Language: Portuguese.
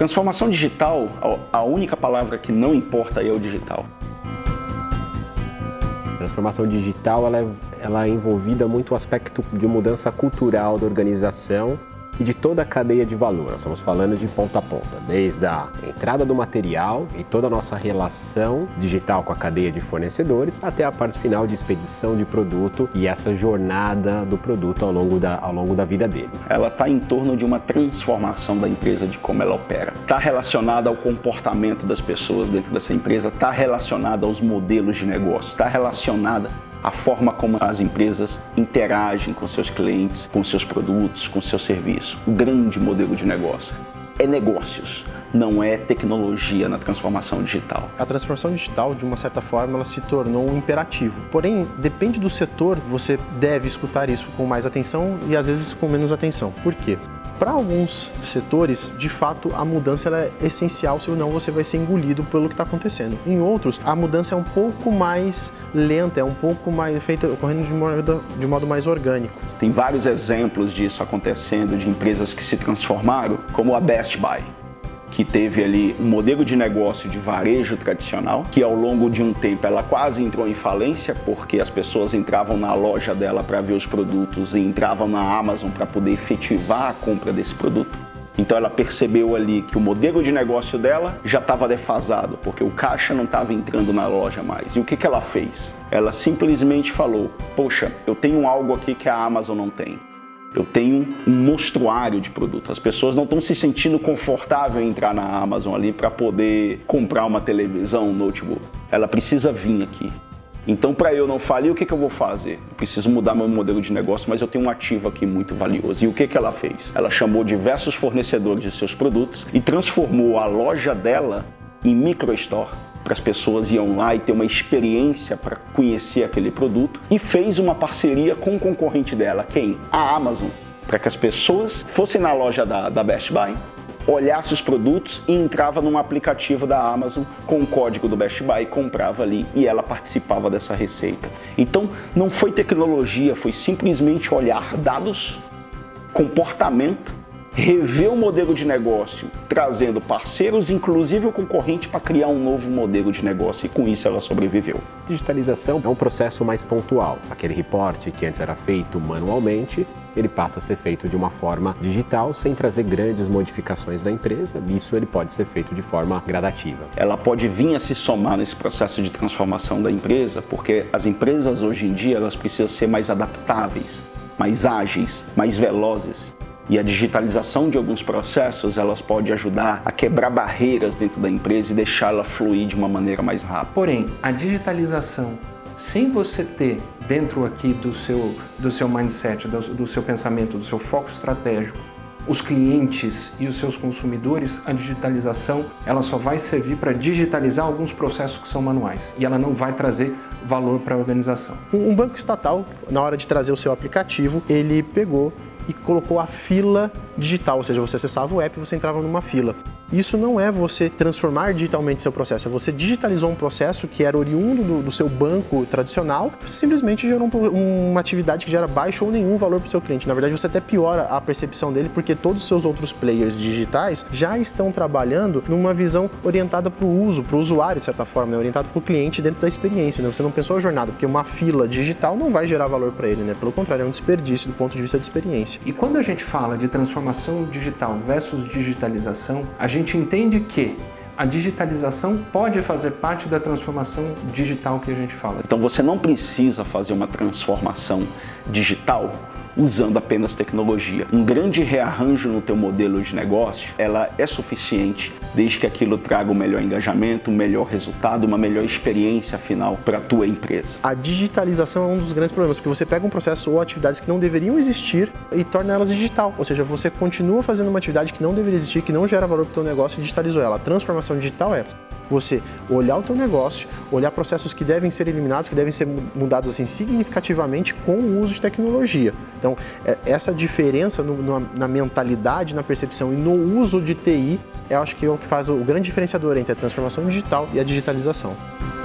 Transformação digital, a única palavra que não importa é o digital. Transformação digital ela é envolvida muito o aspecto de mudança cultural da organização e de toda a cadeia de valor. Nós estamos falando de ponta a ponta, desde a entrada do material e toda a nossa relação digital com a cadeia de fornecedores, até a parte final de expedição de produto e essa jornada do produto ao longo da vida dele. Ela está em torno de uma transformação da empresa, de como ela opera. Está relacionada ao comportamento das pessoas dentro dessa empresa, está relacionada aos modelos de negócio, está relacionada a forma como as empresas interagem com seus clientes, com seus produtos, com seus serviços. O grande modelo de negócio é negócios, não é tecnologia na transformação digital. A transformação digital, de uma certa forma, ela se tornou um imperativo. Porém, depende do setor, você deve escutar isso com mais atenção e às vezes com menos atenção. Por quê? Para alguns setores, de fato, a mudança ela é essencial, senão você vai ser engolido pelo que está acontecendo. Em outros, a mudança é um pouco mais lenta, é um pouco mais feita, ocorrendo de modo mais orgânico. Tem vários exemplos disso acontecendo, de empresas que se transformaram, como a Best Buy, que teve ali um modelo de negócio de varejo tradicional, que ao longo de um tempo ela quase entrou em falência, porque as pessoas entravam na loja dela para ver os produtos e entravam na Amazon para poder efetivar a compra desse produto. Então ela percebeu ali que o modelo de negócio dela já estava defasado, porque o caixa não estava entrando na loja mais. E o que ela fez? Ela simplesmente falou, poxa, eu tenho algo aqui que a Amazon não tem. Eu tenho um mostruário de produtos. As pessoas não estão se sentindo confortável em entrar na Amazon ali para poder comprar uma televisão, um notebook. Ela precisa vir aqui. Então, para eu não falir, o que eu vou fazer? Eu preciso mudar meu modelo de negócio, mas eu tenho um ativo aqui muito valioso. E o que ela fez? Ela chamou diversos fornecedores de seus produtos e transformou a loja dela em microstore. Para as pessoas iam lá e ter uma experiência para conhecer aquele produto, e fez uma parceria com o concorrente dela, quem? A Amazon, para que as pessoas fossem na loja da Best Buy, olhassem os produtos e entrava num aplicativo da Amazon com o código do Best Buy, comprava ali e ela participava dessa receita. Então não foi tecnologia, foi simplesmente olhar dados, comportamento, rever o modelo de negócio, trazendo parceiros, inclusive o concorrente, para criar um novo modelo de negócio, e com isso ela sobreviveu. Digitalização é um processo mais pontual. Aquele reporte que antes era feito manualmente, ele passa a ser feito de uma forma digital, sem trazer grandes modificações da empresa. Isso ele pode ser feito de forma gradativa. Ela pode vir a se somar nesse processo de transformação da empresa, porque as empresas hoje em dia elas precisam ser mais adaptáveis, mais ágeis, mais velozes. E a digitalização de alguns processos, elas pode ajudar a quebrar barreiras dentro da empresa e deixá-la fluir de uma maneira mais rápida. Porém, a digitalização, sem você ter dentro aqui do seu mindset, do seu pensamento, do seu foco estratégico, os clientes e os seus consumidores, a digitalização ela só vai servir para digitalizar alguns processos que são manuais e ela não vai trazer valor para a organização. Um banco estatal, na hora de trazer o seu aplicativo, ele pegou e colocou a fila digital, ou seja, você acessava o app e você entrava numa fila. Isso não é você transformar digitalmente seu processo, é você digitalizou um processo que era oriundo do seu banco tradicional, você simplesmente gerou uma atividade que gera baixo ou nenhum valor para o seu cliente. Na verdade, você até piora a percepção dele, porque todos os seus outros players digitais já estão trabalhando numa visão orientada para o uso, para o usuário, de certa forma, né? Orientado para o cliente dentro da experiência, né? Você não pensou a jornada, porque uma fila digital não vai gerar valor para ele, né? Pelo contrário, é um desperdício do ponto de vista de experiência. E quando a gente fala de transformação digital versus digitalização, a gente entende que a digitalização pode fazer parte da transformação digital que a gente fala. Então você não precisa fazer uma transformação digital usando apenas tecnologia. Um grande rearranjo no teu modelo de negócio, ela é suficiente desde que aquilo traga o melhor engajamento, o melhor resultado, uma melhor experiência final para a tua empresa. A digitalização é um dos grandes problemas, porque você pega um processo ou atividades que não deveriam existir e torna elas digital. Ou seja, você continua fazendo uma atividade que não deveria existir, que não gera valor para o teu negócio e digitalizou ela. A transformação digital é você olhar o teu negócio, olhar processos que devem ser eliminados, que devem ser mudados assim significativamente com o uso de tecnologia. Então, essa diferença na mentalidade, na percepção e no uso de TI, eu acho que é o que faz o grande diferenciador entre a transformação digital e a digitalização.